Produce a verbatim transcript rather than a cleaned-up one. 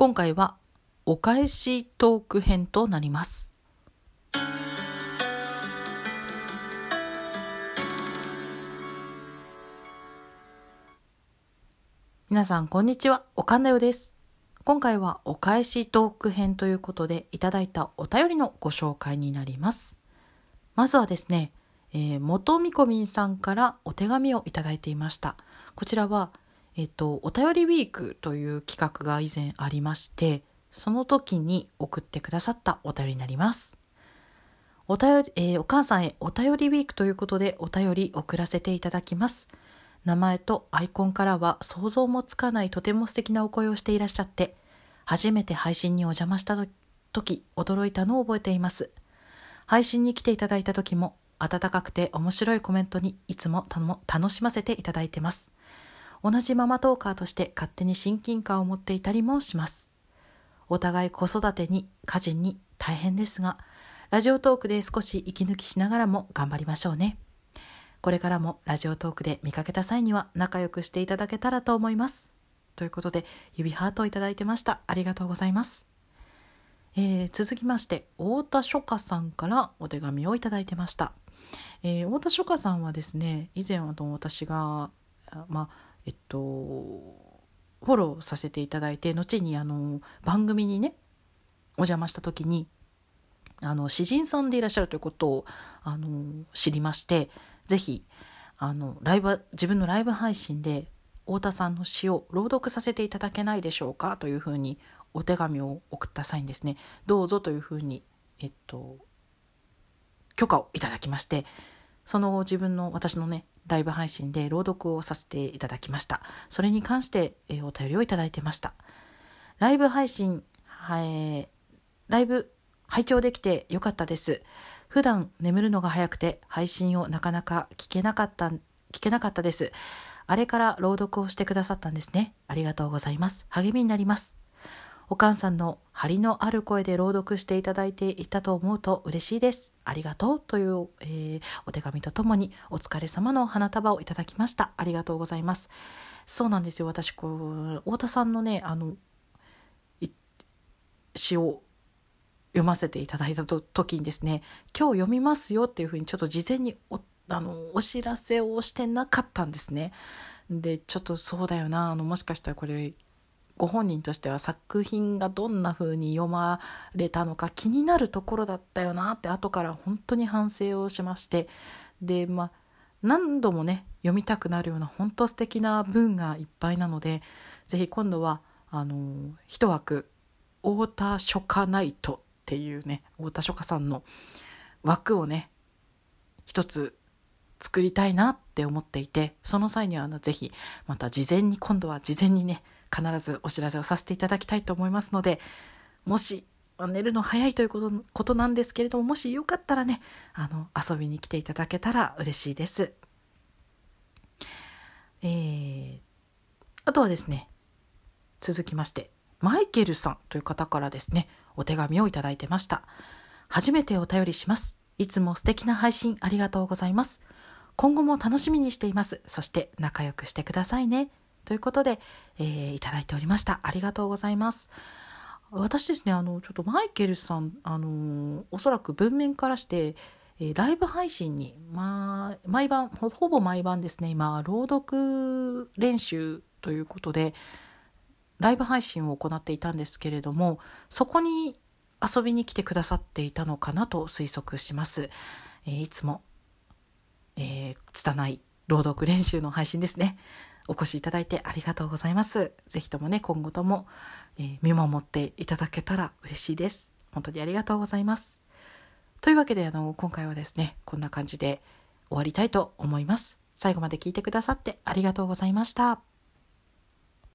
今回はお返しトーク編となります。皆さんこんにちは、おかんだよです。今回はお返しトーク編ということで、いただいたお便りのご紹介になります。まずはですね、えー、元みこみんさんからお手紙をいただいていました。こちらは、えっと、お便りウィークという企画が以前ありまして、その時に送ってくださったお便りになります。お便り、えー、お母さんへお便りウィークということでお便り送らせていただきます。名前とアイコンからは想像もつかないとても素敵なお声をしていらっしゃって、初めて配信にお邪魔した時、驚いたのを覚えています。配信に来ていただいた時も、温かくて面白いコメントにいつも楽しませていただいてます。同じママトーカーとして勝手に親近感を持っていたりもします。お互い子育てに家事に大変ですが、ラジオトークで少し息抜きしながらも頑張りましょうね。これからもラジオトークで見かけた際には仲良くしていただけたらと思います。ということで、指ハートをいただいてました。ありがとうございます。えー、続きまして、太田書家さんからお手紙をいただいてました。えー、太田書家さんはですね、以前あの私が、まあ、えっと、フォローさせていただいて、後にあの番組にね、お邪魔した時に、あの詩人さんでいらっしゃるということをあの知りまして、ぜひあのライブ自分のライブ配信で太田さんの詩を朗読させていただけないでしょうかというふうにお手紙を送った際にですね、どうぞというふうに、えっと、許可をいただきまして、その自分の私のねライブ配信で朗読をさせていただきました。それに関して、えー、お便りをいただいてました。ライブ配信、はい、ライブ拝聴できてよかったです。普段眠るのが早くて配信をなかなか聞けなかった聞けなかったです。あれから朗読をしてくださったんですね。ありがとうございます。励みになります。お母さんの張りのある声で朗読していただいていたと思うと嬉しいです。ありがとうという、えー、お手紙とともにお疲れ様の花束をいただきました。ありがとうございます。そうなんですよ。私こう太田さんのねあの詩を読ませていただいた時にですね、今日読みますよっていうふうにちょっと事前に お, あのお知らせをしてなかったんですね。でちょっとそうだよな、あのもしかしたらこれご本人としては作品がどんな風に読まれたのか気になるところだったよなって後から本当に反省をしまして、でまあ何度もね読みたくなるような本当素敵な文がいっぱいなので、ぜひ今度はあの一枠太田書家ナイトっていうね、太田書家さんの枠をね一つ作りたいなって思っていて、その際にはあのぜひまた事前に今度は事前にね必ずお知らせをさせていただきたいと思いますので、もし寝るの早いということ、ことなんですけれども、もしよかったらねあの遊びに来ていただけたら嬉しいです。えー、あとはですね、続きましてマイケルさんという方からですねお手紙をいただいてました。初めてお便りします。いつも素敵な配信ありがとうございます。今後も楽しみにしています。そして仲良くしてくださいねということで、えー、いただいておりました。ありがとうございます。私ですね、あのちょっとマイケルさん、あのおそらく文面からして、えー、ライブ配信に、まあ、毎晩 ほ, ほぼ毎晩ですね、今朗読練習ということでライブ配信を行っていたんですけれども、そこに遊びに来てくださっていたのかなと推測します。えー、いつも、えー、拙い朗読練習の配信ですね、お越しいただいてありがとうございます。ぜひともね今後とも、えー、見守っていただけたら嬉しいです。本当にありがとうございます。というわけであの今回はですねこんな感じで終わりたいと思います。最後まで聞いてくださってありがとうございました。